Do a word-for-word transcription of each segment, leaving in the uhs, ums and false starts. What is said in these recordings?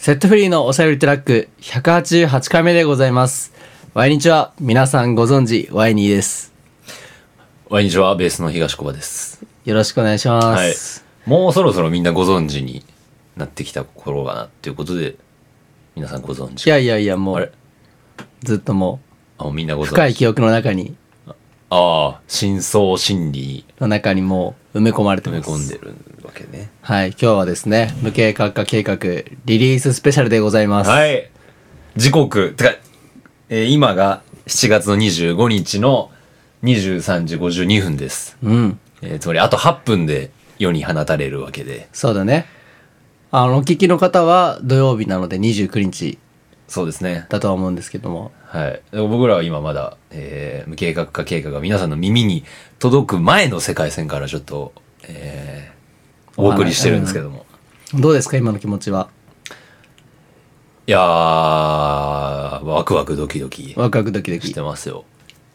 セットフリーのおしゃべりトラックひゃくはちじゅうはちかいめでございます。ワイニチは皆さんご存知ワイニーです。 ワイニチはベースの東小場です。 よろしくお願いします、 はい、もうそろそろみんなご存知になってきた頃かなっていうことで、皆さんご存知。 いやいやいや、もうずっともう、 あ、もうみんなご存知。 深い記憶の中に、 ああ、深層心理の中にもう埋め込まれてます。 埋め込んでるわけね。 はい、今日はですね、無計画化計画リリーススペシャルでございます。 はい。時刻てか、えー、今がしちがつのにじゅうごにちのにじゅうさんじごじゅうにふんです。 うん。 えー、つまりあとはっぷんで世に放たれるわけで。 そうだね。あのお聞きの方は土曜日なのでにじゅうくにち。 そうですね。 だとは思うんですけども。 はい。僕らは今まだ、えー、無計画化計画が皆さんの耳に届く前の世界線からちょっと、えー、お送りしてるんですけども、 うん、どうですか今の気持ちは。 いやー、ワクワクドキドキワクワクドキドキしてますよ。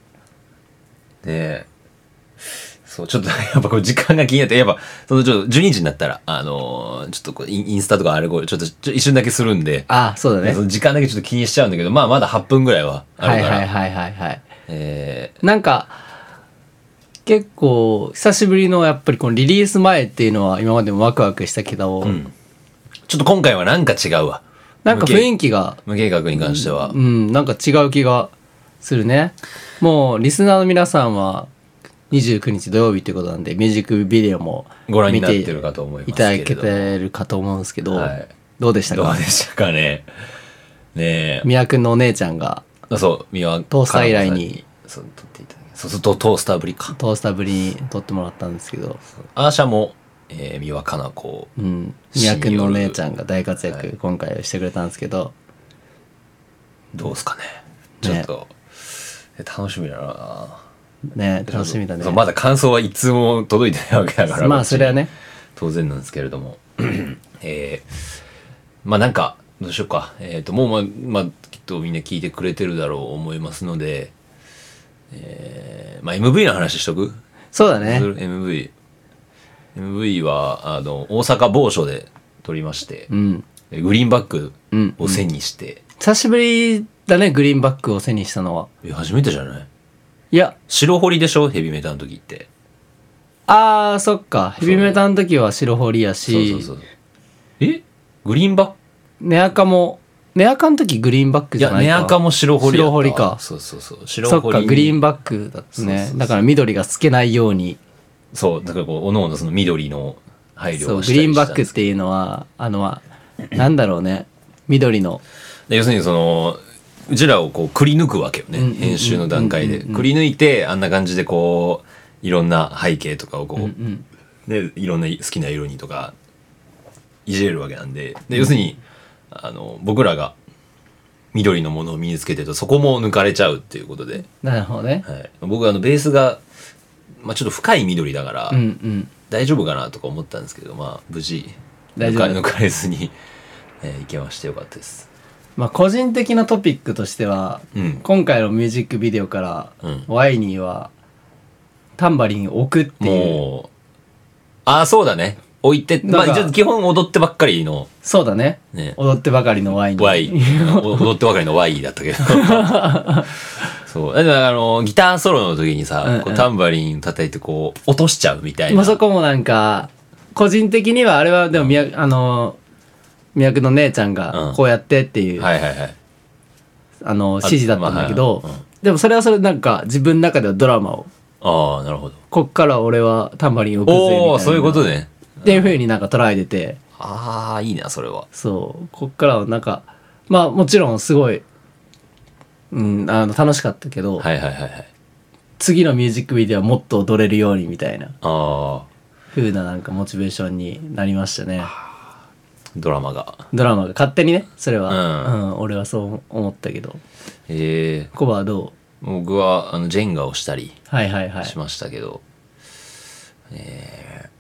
で、そうちょっとやっぱこう時間が気になって、やっぱそのちょっとじゅうにじになったらあのー、ちょっとこうインスタとかあれこれちょっとちょっと一瞬だけするんで、 ああそうだね。 その時間だけちょっと気にしちゃうんだけど、まあまだはっぷんぐらいはあるから。 はいはいはいはいはい。 えー、なんか結構久しぶりのやっぱりこのリリース前っていうのは今までもワクワクしたけど、うん、 ちょっと今回はなんか違うわ。 なんか雰囲気が無計画に関しては、 うん、うん、なんか違う気がするね。もうリスナーの皆さんはにじゅうくにち土曜日っていうことなんで、ミュージックビデオもご覧になってるかと思いますけれど、 いただけてるかと思うんですけど、はい、どうでしたか。 どうでしたかね。ねえ、 宮くんのお姉ちゃんがそう宮トースター以来にそう撮っていただき、そうするとトースターぶりかトースターぶりに撮ってもらったんですけど、 アーシャも、えー、三輪かな子、 うん、宮くんのお姉ちゃんが大活躍、はい、今回してくれたんですけど、 どうですかね。ちょっと、ね、楽しみだな。 ね、楽しみだね。 まだ感想はいつも届いてないわけだから、 まあそれはね当然なんですけれどもえー、まあなんかどうしようか。えっ、ー、ともうまあ、まあ、きっとみんな聞いてくれてるだろう思いますので、えー、まあ エムブイ の話しとく。 そうだね。 エムブイ エムブイ はあの大阪某所で撮りまして、うん、グリーンバックを背にして、うんうん、 久しぶりだね、グリーンバックを背にしたのは。 え、初めてじゃない？ いや、 白堀でしょ、ヘビメタの時って。 あー、そっか。ヘビメタの時は白堀やし、 そうそうそう。えグリーンバックネアカも、ネアカの時グリーンバックじゃないか。 いや、ネアカも白堀やった。 白堀か。 そうそうそう。白堀。そっか、グリーンバックだったね。そうそうそう、だから緑が透けないように。 そう、だからこう、おのおのその緑の配慮をしたりしたんです。 そう、グリーンバックっていうのは、あの、なんだろうね。緑の。 要するにその、うちらをこうくり抜くわけよね、編集の段階でくり抜いて、あんな感じでこういろんな背景とかをこう、うんうん、でいろんな好きな色にとかいじれるわけなんで、で要するにあの僕らが緑のものを身につけてるとそこも抜かれちゃうっていうことで。 なるほどね、 はい、僕はあのベースが、まあ、ちょっと深い緑だから、うんうん、大丈夫かなとか思ったんですけど、まあ無事抜か抜かれずに、えー、いけましてよかったです。 まあ、個人的なトピックとしては、うん、今回のミュージックビデオから、うん、ワイニーはタンバリンを置くっていう。もうああそうだね、置いて、まあ、ちょっと基本踊ってばっかりの。 そうだ ね, ね踊ってばかりのワイニー。 ワイ踊ってばかりのワイだったけどそうだからあのギターソロの時にさ、うんうん、こうタンバリン叩いてこう落としちゃうみたいな。 まあ、そこもなんか個人的にはあれはでも、うん、あの宮久の姉ちゃんがこうやってっていう、うん、はいはいはい、あの指示だったんだけど、まあはいはい、うん、でもそれはそれなんか自分の中ではドラマを、 ああなるほど、 こっから俺はタンバリンを置くぜみたいな、 おそういうことねっていう風になんか捉えてて、 ああいいなそれは。 そうこっからはなんかまあもちろんすごい、うん、あの楽しかったけど、はいはいはいはい、次のミュージックビデオはもっと踊れるようにみたいな、あ風ななんかモチベーションになりましたね。 ドラマがドラマが勝手にね、それは、うんうん、俺はそう思ったけど。 へえ。 コバはどう？僕はあのジェンガをしたりはいはいはいしましたけど、はいはいはい、え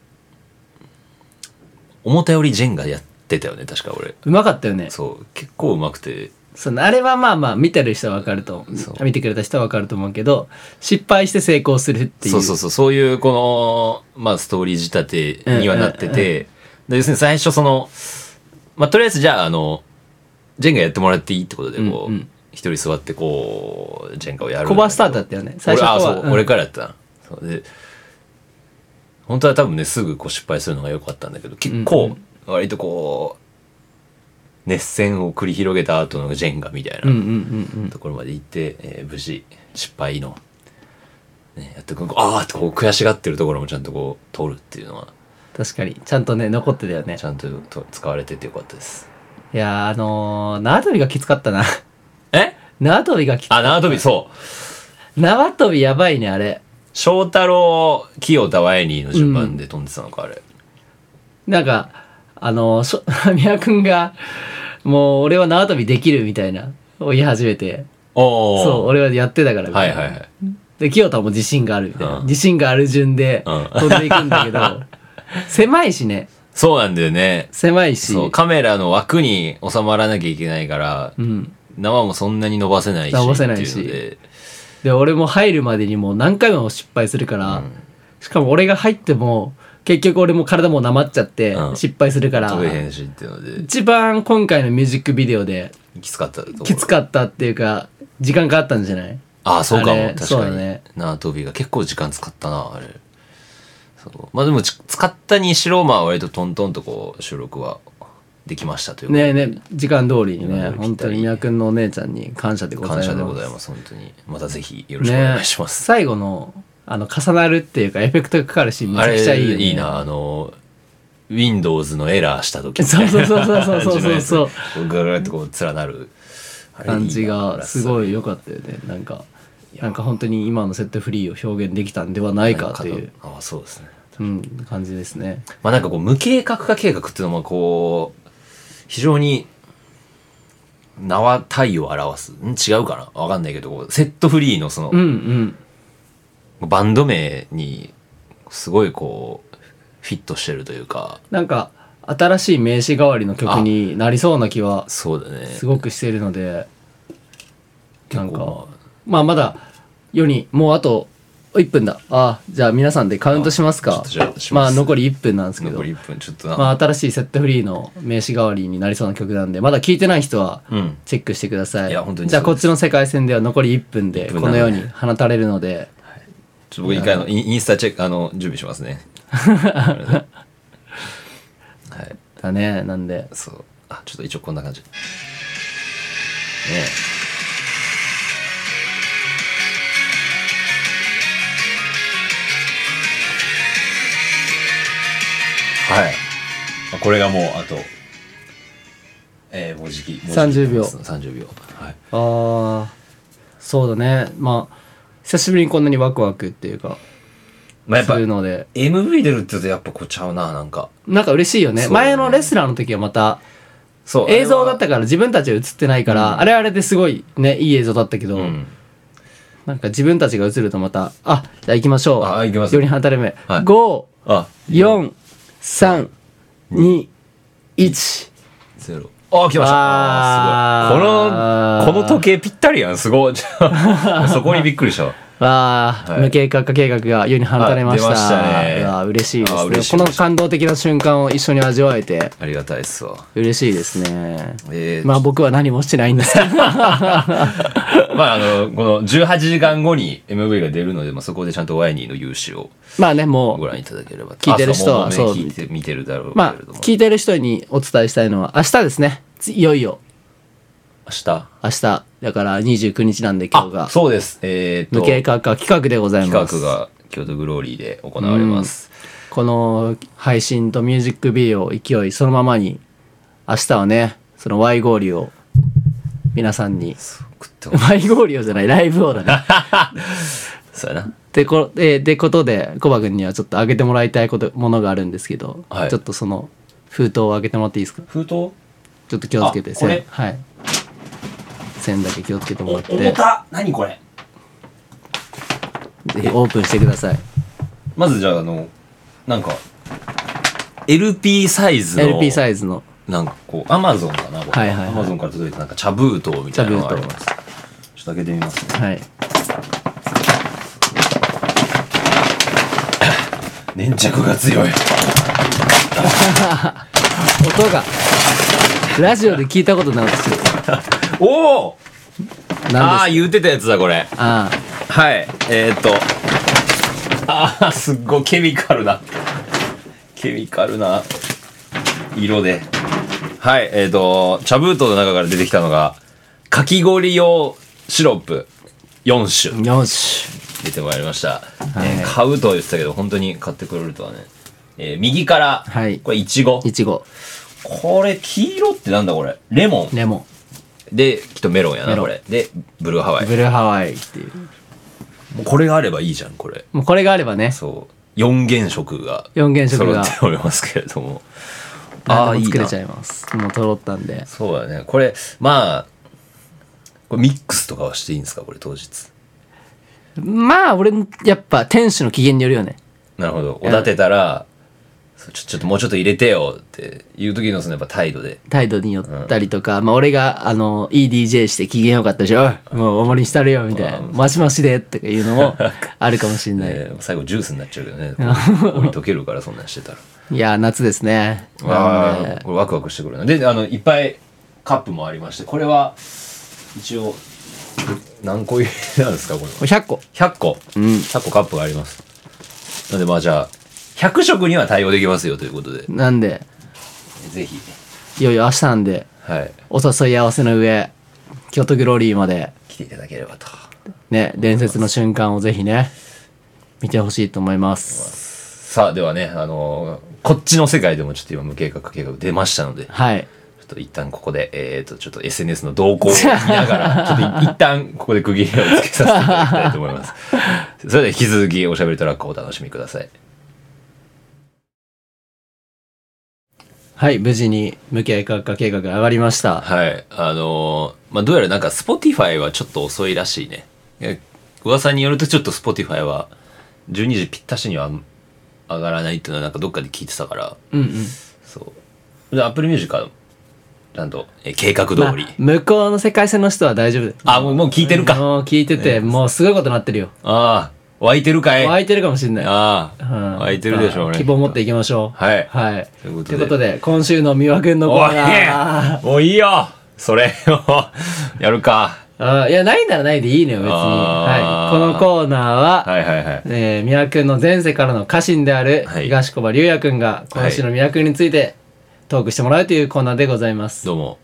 ー、思ったよりジェンガやってたよね確か俺。 うまかったよね。 そう結構うまくて、 そのあれはまあまあ見てる人は分かると、見てくれた人は分かると思うけど、失敗して成功するっていう、 そうそうそうそういうこのまあストーリー仕立てにはなってて、うんうんうんうん、で要するに最初そのまあとりあえずじゃああのジェンガやってもらっていいってことでこう、うんうん、一人座ってこうジェンガをやる。 コバスタートだったよね最初は。 俺あそう、うん、俺からやったな。そうで本当は多分ねすぐこう失敗するのが良かったんだけど結構割とこう熱戦を繰り広げた後のジェンガみたいなところまで行って、えー、無事失敗の、ね、やってこうあーってこう悔しがってるところもちゃんとこう通るっていうのは確かにちゃんとね残ってたよね。 ちゃんと使われててよかったです。 いやあのー、縄跳びがきつかったな。 え縄跳びがきつかった。 あ縄跳びそう縄跳びやばいねあれ。 翔太郎清田ワイニーの順番で飛んでたのか、うん、あれなんかあのー、宮君がもう俺は縄跳びできるみたいなを言い始めておそう俺はやってたからみたいな、はいはいはい、で清田も自信があるみたいな、うん、自信がある順で飛んでいくんだけど、うん、狭いしね。 そうなんだよね。 狭いしそうカメラの枠に収まらなきゃいけないから、うん、縄もそんなに伸ばせないし伸ばせないしでで俺も入るまでにもう何回も失敗するから、うん、しかも俺が入っても結局俺も体もなまっちゃって失敗するから、 飛べへんしっていうので一番今回のミュージックビデオできつかったときつかったっていうか時間かかったんじゃない？ ああそうかも確かにね。縄跳びが結構時間使ったなあれ。そうまあでも使ったにしろまあ割とトントンとこう収録はできましたというねえねえ時間通りにね本当に宮君のお姉ちゃんに感謝でございます。 感謝でございます本当に。またぜひよろしくお願いします、 ね、最後のあの重なるっていうかエフェクトがかかるシーンめちゃくちゃいいよね。 いいなあの Windows のエラーした時そうそうそうそうそうそうそうぐるっとこう連なる感じがすごい良かったよね。なんかなんか本当に今のセットフリーを表現できたんではないかというああそうですね、 うん、感じですね。 まあなんかこう無計画化計画っていうのもこう非常に縄体を表すん違うかなわかんないけどセットフリーのその、うんうん、バンド名にすごいこうフィットしてるというかなんか新しい名詞代わりの曲になりそうな気はすごくしているので、なんかまあまだ世にもうあといっぷんだ。あじゃあ皆さんでカウントしますか。まあ残りいっぷんなんですけど、 残りいっぷんちょっとな、 まあ新しいセットフリーの名詞代わりになりそうな曲なんでまだ聴いてない人はチェックしてください、うん、いや本当にじゃあこっちの世界線では残りいっぷんでこのように放たれるので、はい、 ちょっと僕一回のインスタチェックあの準備しますねはい、 だね。なんでそうあちょっと一応こんな感じねはい、これがもうあと、えー、もうじきさんじゅうびょうさんじゅうびょう、はい、 ああそうだね。まあ久しぶりにこんなにワクワクっていうか、まあ、やっぱするのでエムブイ 出るって言うとやっぱこうちゃうななんかなんか嬉しいよね。前のレスラーの時はまたそう映像だったから自分たちは映ってないから、うん、あれあれですごいねいい映像だったけど、うん、なんか自分たちが映るとまたあじゃあ行きましょう。 あ行きますよにはたれ目、はい、ご、よん、さん、に、いち、 ゼロ。あ来ました。あーすごい。このこの時計ぴったりやんすごいそこにびっくりしたわあ、はい、無計画化計画が世に放たれました。 出ましたね。 うわ嬉しいですね。この感動的な瞬間を一緒に味わえてありがたいっすわ。 嬉しいですね、えー、まあ僕は何もしてないんですけどまああのこのじゅうはちじかんごに エムブイ が出るので、まあ、そこでちゃんとワイニーの勇姿をまあねもうご覧いただければ。 聞いてる人はそう聞いて見てるだろうけれども、 まあ聞いてる人にお伝えしたいのは明日ですね。いよいよ明日明日だからにじゅうくにちなんで今日がそうです、えー、と無計画化企画でございます。 企画が京都グローリーで行われます、 うん、この配信とミュージックビデオ勢いそのままに明日はねその Y ゴーリを皆さんに Y ゴーリをじゃないライブをだねそうやなでこででことでコバ君にはちょっとあげてもらいたいことものがあるんですけど、はい、ちょっとその封筒を開けてもらっていいですか。 封筒ちょっと気をつけて線はい線だけ気をつけてもらって。 重た何これ。 ぜひオープンしてください。 まずじゃああのなんか エルピー サイズのエルピー サイズのなんかこうアマゾンかなこれ、はいはいはい、アマゾンから届いてなんか茶封筒みたいなのがあります。ちょっと開けてみますね。 はい粘着が強い音がラジオで聞いたことないですよ。 おおああ言うてたやつだこれ。 ああはいえー、っとああすっごいケミカルなケミカルな色ではいえー、っと茶封筒の中から出てきたのがかき氷用シロップよん種よし出てまいりました、 はいえー、買うとは言ってたけど本当に買ってくれるとはね、えー、右から、はい、これいちごいちごこれ黄色ってなんだこれレモンレモンできっとメロンやなこれでブルーハワイブルーハワイっていうもうこれがあればいいじゃんこれもうこれがあればねそうよん原色がよん原色が揃っておりますけれどもああ作れちゃいますもう揃ったんでそうだねこれまあこれミックスとかはしていいんですかこれ当日まあ俺やっぱ店主の機嫌によるよねなるほどおだてたらちょ、ちょっともうちょっと入れてよっていう時のそのやっぱ態度で態度によったりとか、うん、まあ俺があのいい ディージェー して機嫌よかったでしょもうおもりにしたるよみたいなマシマシでっていうのもあるかもしれない、 ね、最後ジュースになっちゃうけどね氷溶けるからそんなんしてたらいや夏ですねああこれワクワクしてくるなであのいっぱいカップもありましてこれは一応何個入れなんですかこれひゃっこひゃっこ、うん、ひゃっこカップがありますなのでまあじゃあひゃく食には対応できますよということでなんでぜひいよいよ明日なんで、はい、お誘い合わせの上京都グローリーまで来ていただければとね伝説の瞬間をぜひね見てほしいと思いますさあではねあのー、こっちの世界でもちょっと今無計画計画出ましたのではいちょっと一旦ここでえっ、ー、とちょっと エスエヌエス の動向を見ながらちょっと一旦ここで区切りをつけさせていただきたいと思いますそれでは引き続きおしゃべりトラックをお楽しみくださいはい無事に無計画化計画が上がりましたはいあのー、まあどうやらなんか Spotify はちょっと遅いらしいね噂によるとちょっと Spotify はじゅうにじぴったしには上がらないっていうのはなんかどっかで聞いてたからうんうんそうで Apple Music はちゃんとえ計画通り、まあ、 向こうの世界線の人は大丈夫あもうもう聞いてるかもう聞いてて、えー、もうすごいことなってるよああ湧いてるかい湧いてるかもしれないああ、うん、湧いてるでしょうね希望を持っていきましょうはいはいということで、ことで今週の美輪くんのコーナーもういいよそれをやるかあいやないならないでいいのよ別に、はい、このコーナーは、はいはいはいえー、美輪くんの前世からの家臣である東小場龍也くんが今週の美輪くんについてトークしてもらうというコーナーでございますどうも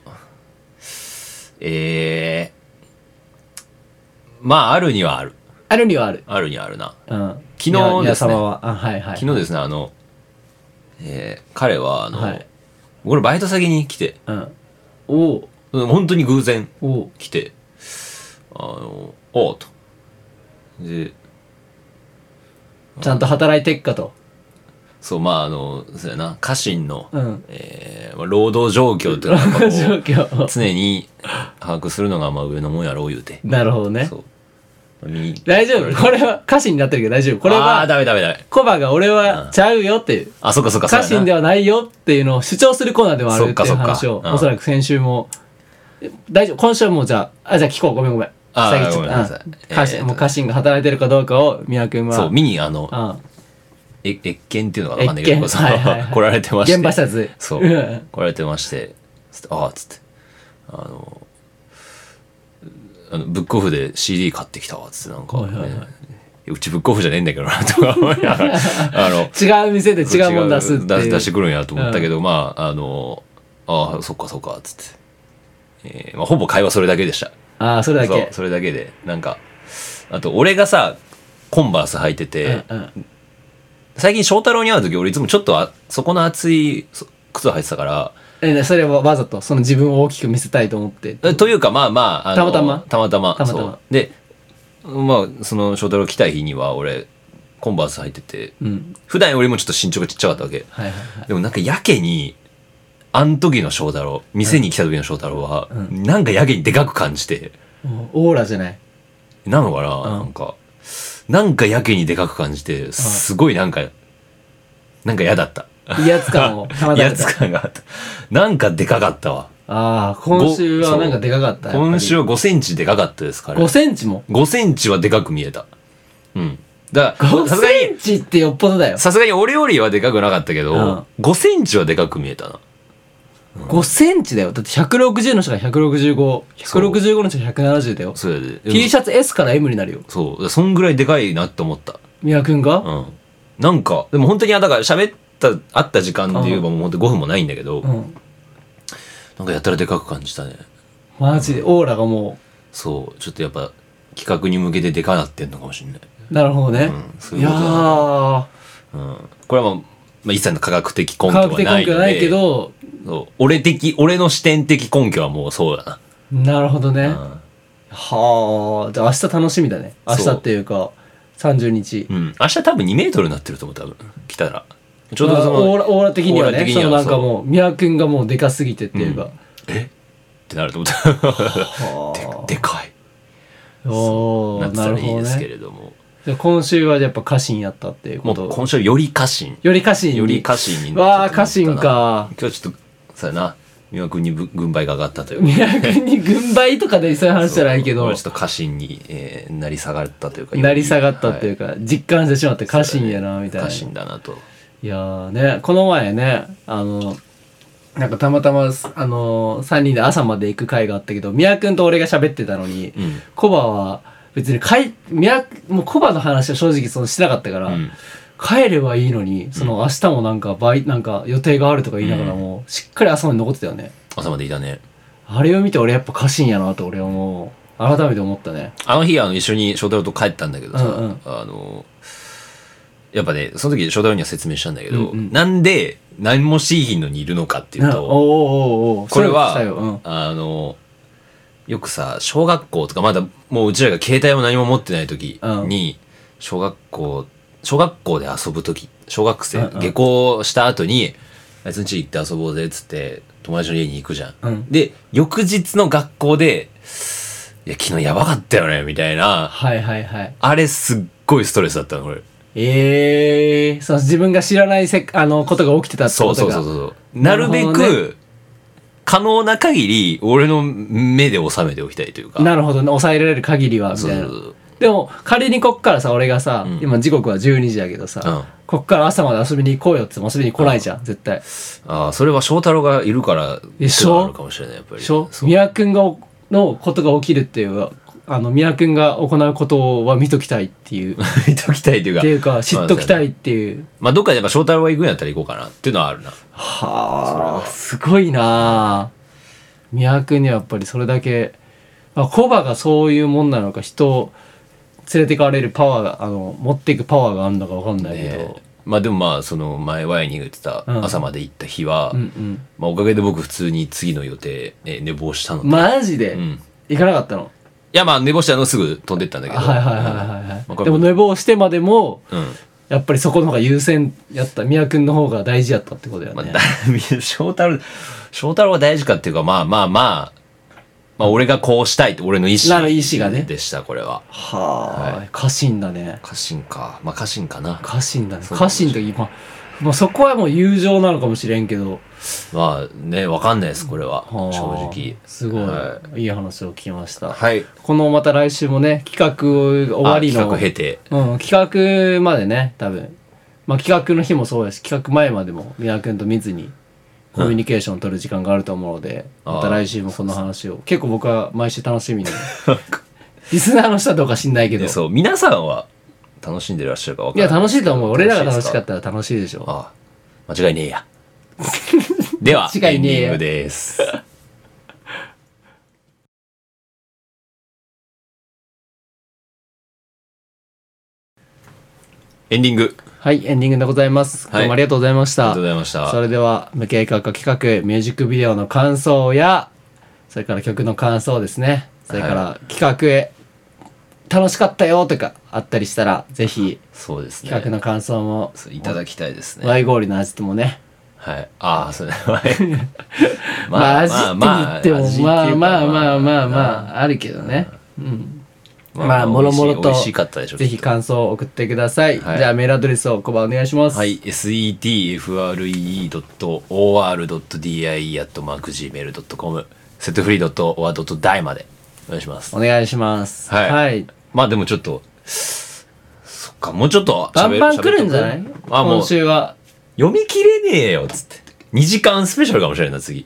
えー、まああるにはあるあるにはあるあるにはあるな、うん、昨日ですねはあ、はいはい、 昨日ですねあの、えー、彼はあの、はい、俺バイト先に来て、うん、おお本当に偶然来てあのおうとでちゃんと働いてっかとそうまああのそうやな家臣の、うんえー、労働状況っていうのは常に把握するのがまあ上のもんやろう言うてなるほどねそう大丈夫これは家臣になってるけど大丈夫これはあダメダメダメコバが俺はちゃうよっていうあそっかそっか家臣ではないよっていうのを主張するコーナーでもあるっていう話をおそらく先週も大丈夫今週はもうじゃああじゃあ聞こうごめんごめんああごめんなさい家臣もう家臣が働いてるかどうかを宮君はそう見にあのあえ越見っていうのが分かんないけど、はいはいはい、来られてまして現場視察そう来られてましてああっつってあのあのブックオフで シーディー 買ってきたわっつってなんか、はいはいはい、うちブックオフじゃねえんだけどなとか思いながらあの違う店で違うもん出すって出, 出してくるんやと思ったけど、うん、まああのああそっかそっかっつって、えーまあ、ほぼ会話それだけでしたああそれだけそうそれだけでなんかあと俺がさコンバース履いてて、うんうん、最近翔太郎に会う時俺いつもちょっとあそこの厚い靴を履いてたからえそれはわざとその自分を大きく見せたいと思ってというかまあまああのたまたまたまたまたまたまでまあその翔太郎来た日には俺コンバース履いてて、うん、普段よりもちょっと身長がちっちゃかったわけ、はいはいはい、でもなんかやけにあん時の翔太郎店に来た時の翔太郎は、うん、なんかやけにでかく感じて、 うん、オーラじゃないなのかな、うん、なんかなんかやけにでかく感じてすごいなんかなんか嫌だった威圧感を威圧感があったなんかでかかったわああ今週はなんかでかかった今週はごセンチでかかったですからごセンチもごセンチはでかく見えたうんだからごセンチってよっぽどだよさすがに俺よりはでかくなかったけど、うん、ごセンチはでかく見えたなうん、ごセンチだよ。だってひゃくろくじゅうの人がひゃくろくじゅうご、ひゃくろくじゅうごの人がひゃくななじゅうだよ。 そうやで。 T シャツ エス から エム になるよ。 そう。そんぐらいでかいなって思った。 宮くんが？ うん。なんか、でも本当に、だから喋った、会った時間で言えばもう本当ごふんもないんだけど、うん、なんかやったらでかく感じたね。 マジで、オーラがもう。 そう。ちょっとやっぱ、企画に向けてでかなってんのかもしれない。 なるほどね。 うん、そういうことだ、ね。いやー。うん。これはもう、まあ、一切の科学的根拠はないので。科学的根拠はないけど、そう俺的、俺の視点的根拠はもうそうだな。 なるほどね。うん、はあ。じゃあ明日楽しみだね。明日っていうか、さんじゅうにち。 うん。明日多分にメートルになってると思う、多分。来たら。 ちょうどその、オーラ、オーラ的にはね、そのなんかもう、宮くんがもうでかすぎてっていうか。 うん、えってなると思った。で、でかい。 おー、なったらいいですけれども。今週はやっぱ家臣やったっていうこと。 もう今週より家臣。 より家臣に。 より家臣に。 わあ、家臣か。 今日ちょっと、そうやな。三輪君に軍配が上がったというか。 三輪君に軍配とかでそういう話じゃないけど。 ちょっと家臣に、えー、なり下がったというか。 なり下がったっていうか、はい、実感してしまって家臣やな、みたいな。 家臣だなと。 いやーね、この前ね、あの、なんかたまたま、あのー、さんにんで朝まで行く会があったけど、宮くんと俺が喋ってたのに、うん、コバは別にかい、宮、もうコバの話は正直そのしてなかったから、うん、帰ればいいのに、その明日もなんか倍、なんか予定があるとか言いながらも、うん、しっかり朝まで残ってたよね。 朝までいたね。 あれを見て俺やっぱ家臣やなと俺はもう、改めて思ったね。 あの日、あの、一緒に翔太郎と帰ったんだけどさ、うんうん、あの、やっぱね、その時翔太郎には説明したんだけど、うんうん、なんで何もしいひんのにいるのかっていうと、おーおーおーこれは、うん、あの、よくさ、小学校とかまだもううちらが携帯も何も持ってない時に、うん、小学校、小学校で遊ぶ時、小学生、うんうん、下校した後に、あいつん家行って遊ぼうぜっつって友達の家に行くじゃん。うん、で、翌日の学校で、いや、昨日やばかったよね、みたいな。 はいはいはい。 あれすっごいストレスだったの、これ。 ええー、そう、自分が知らないせあのことが起きてたってことが。 そうそうそうそう。なるべく、可能な限り、俺の目で収めておきたいというか。 なるほどね。抑えられる限りは、みたいな。そうそうそう。でも、仮にこっからさ、俺がさ、うん、今時刻はじゅうにじだけどさ、うん、こっから朝まで遊びに行こうよって遊びに来ないじゃん、うん、絶対。 ああ、それは翔太郎がいるから、 でしょ？ あるかもしれない、やっぱり。 でしょ？宮くんが、のことが起きるっていう、あの、宮くんが行うことは見ときたいっていう。 見ときたいっていうか。 っていうか、知っときたいっていう。 まあ、どっかでやっぱ翔太郎が行くんやったら行こうかなっていうのはあるな。 はあ、すごいなぁ。宮くんにはやっぱりそれだけ、まあ、コバがそういうもんなのか、人を連れてかれるパワーが、あの、持っていくパワーがあるのかわかんないけど。ね、 まあでもまあ、その前、ワイに言ってた朝まで行った日は、うんうんうん、まあおかげで僕普通に次の予定、ね、寝坊したので。 マジで、うん、行かなかったの？ いやまあ寝坊したのすぐ飛んでったんだけど。 はいはいはいはい、はいまあ、でも寝坊してまでも、うん、やっぱりそこの方が優先やった、宮くんの方が大事やったってことだよね。まあ、 翔太郎、翔太郎は大事かっていうか、まあまあまあ、まあ俺がこうしたいって俺の意思意思がねでした、これは。 はあ、はい、家臣だね。 家臣か。まあ家臣かな。 家臣だね。家臣と今、まあそこはもう友情なのかもしれんけど。 まあね、わかんないです、これは。は正直。 すごい、はい、いい話を聞きました。 はい。 このまた来週もね、企画終わりの。 企画経て。 うん、企画までね、多分。まあ企画の日もそうです。企画前までも宮くんと密にコミュニケーションを取る時間があると思うので、うん、また来週もこの話を。結構僕は毎週楽しみに。リスナーの人はどうか知んないけど。 そう、皆さんは楽しんでらっしゃるか分からない。 いや、楽しいと思う。俺らが楽しかったら楽しいでしょ。 ああ、間違いねえや。では、 間違いねえや。 エンディングです。エンディング。 はい、エンディングでございます。どうもありがとうございました。 ありがとうございました。 それでは、無計画化企画、ミュージックビデオの感想や、それから曲の感想ですね。それから企画へ、楽しかったよとかあったりしたら、ぜひ、 そうですね。 企画の感想もいただきたいですね。 ワイ氷の味ともね。 はい。ああ、それは。 まあ、味って言っても、まあまあまあまあまあ、あるけどね。うん。まあ、もろもろと、ぜひ感想を送ってください。はい、じゃあ、メールアドレスをコバお願いします。 はい、エスイーティーエフアールイードットオーアールドットディーアイ アットマークジーメールドットコム、セットフリードットオアドットダイまでお願いします。 お願いします。 はい。はい、まあ、でもちょっと、そっか、もうちょっとバンバン来るんじゃない？あ、もう今週は。 読み切れねえよ、つって。にじかんスペシャルかもしれんな、次。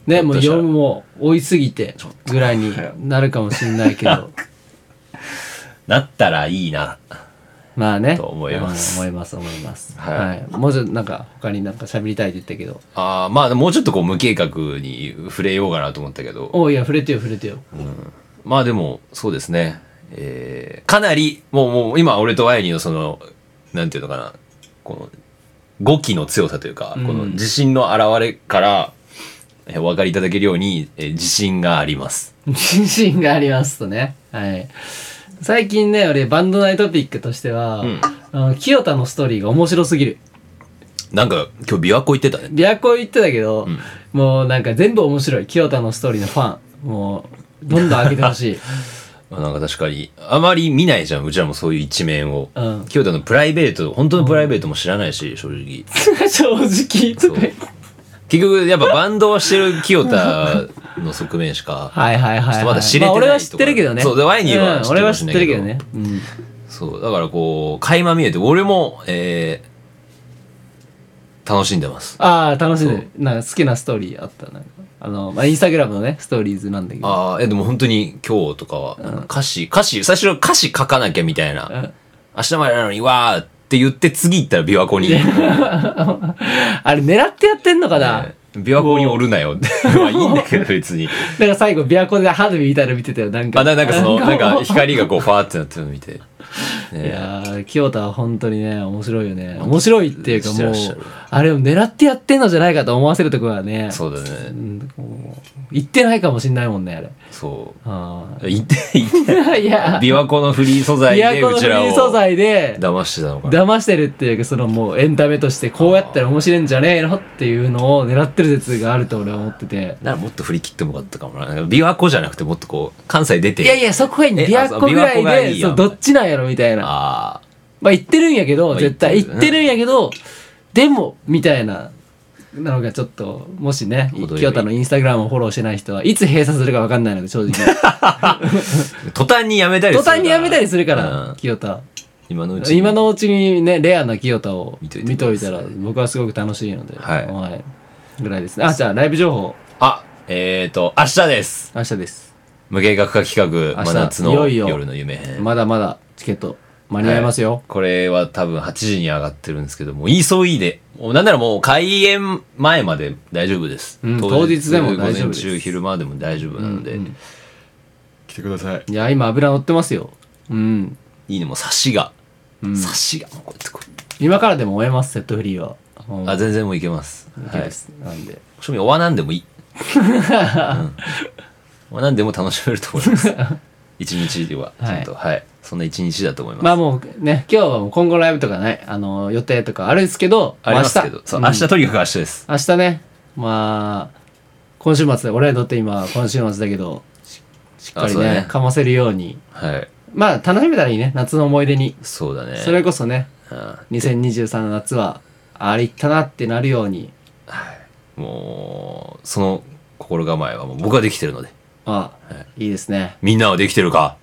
ね、もう夜も追いすぎてぐらいになるかもしれないけどなったらいいなまあねと思います、 うん、思います思います、はいはい、もうちょっとなんか他になんか喋りたいって言ったけどああまあもうちょっとこう無計画に触れようかなと思ったけどおいや触れてよ触れてよ、 うん、まあでもそうですね、えー、かなりもうもう今俺とワイニーのそのなんていうのかなこの語気の強さというか、うん、この自信の表れからお分かりいただけるように、えー、自信があります自信がありますとねはい最近ね俺バンド内トピックとしては、うん、あの清田のストーリーが面白すぎるなんか今日琵琶湖行ってたね琵琶湖行ってたけど、うん、もうなんか全部面白い清田のストーリーのファンもうどんどん開けてほしいなんか確かにあまり見ないじゃんうちらもそういう一面を、うん、清田のプライベート本当のプライベートも知らないし、うん、正直正直そう結局やっぱバンドをしてる清田の側面しかはいはいはい、はい、 まだ知れてないとか、まあ、 俺は知ってるけどねそうでワイニーは知ってる、うん、俺は知ってるけどね、うん、 そうだからこう垣間見えて俺も、えー、楽しんでますああ楽しんでるなんか好きなストーリーあったなんかあの、まあ、インスタグラムのねストーリーズなんだけどああでも本当に今日とかは、うん、歌詞歌詞最初歌詞書かなきゃみたいな、うん、明日までなのにわーって言って次行ったら琵琶湖にあれ狙ってやってんのかな、 ね琵琶湖におるなよってまあいいんだけど別にだから最後琵琶湖で花火みたいなの見てたよなんかあなんかそのなんか光がこうファーってなってるの見て、 ね、いやー清田は本当にね面白いよね面白いっていうかもうあれを狙ってやってんのじゃないかと思わせるところはねそうだね、 うん、言ってないかもしんないもんねあれそうあ言って言っていや琵琶湖のフリー素材でうちらを騙してたのかな騙してるっていうかそのもうエンタメとしてこうやったら面白いんじゃねえのっていうのを狙ってる説があると俺は思っててならもっと振り切ってもよかったかもな琵琶湖じゃなくてもっとこう関西出ていやいやそこがいい琵琶湖ぐらいでいいそうどっちなんやろみたいなあまあ言ってるんやけど、まあ、絶対言ってるんやけどでもみたいななのがちょっともしね清田のインスタグラムをフォローしてない人はいつ閉鎖するか分かんないので正直途端にやめたりするから途端にやめたりするから、うん、清田今のうちに今のうちにねレアな清田を見といて、見といたら僕はすごく楽しいので、はいはい、ぐらいですねあじゃあライブ情報あえっ、ー、と明日です明日です無計画化企画真夏の夜の夢編まだまだチケット間に合いますよ、はい、 これは多分はちじに上がってるんですけども急いでなんならもう開演前まで大丈夫です、 うん、当日でも大丈夫です午前中昼間でも大丈夫なので、うんうん、来てくださいいや今油乗ってますようんいいねもう差しが、うん、差しがもうこうやってこう今からでも終えますセットフリーはあ全然もういけますいけます、はい、なんで正味終わなんでもいい、うん、終わなんでも楽しめると思います一日ではちゃんと、はい、はい、そんな一日だと思います。 まあもうね今日はもう今後ライブとかねあの予定とかあるんですけどありますけど、そう、うん、明日とにかく明日です。 明日ねまあ今週末俺にとって今今週末だけど し, しっかり ね, ねかませるように、はい、まあ楽しめたらいいね夏の思い出にそうだねそれこそね、うん、にせんにじゅうさんの夏はあれ行ったなってなるように、 はい、もうその心構えはもう僕はできてるのでああ、はい、いいですねみんなはできてるか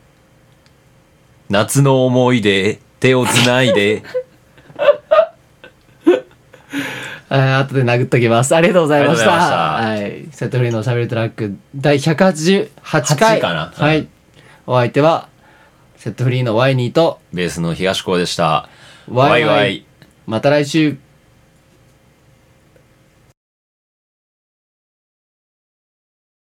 夏の思い出手をつないであ後で殴っときますありがとうございましたはい、セットフリーのしゃべりトラック第ひゃくはちじゅうはちかいかな、 はい、お相手はセットフリーのワイニーとベースの東高でしたワイワイまた来週。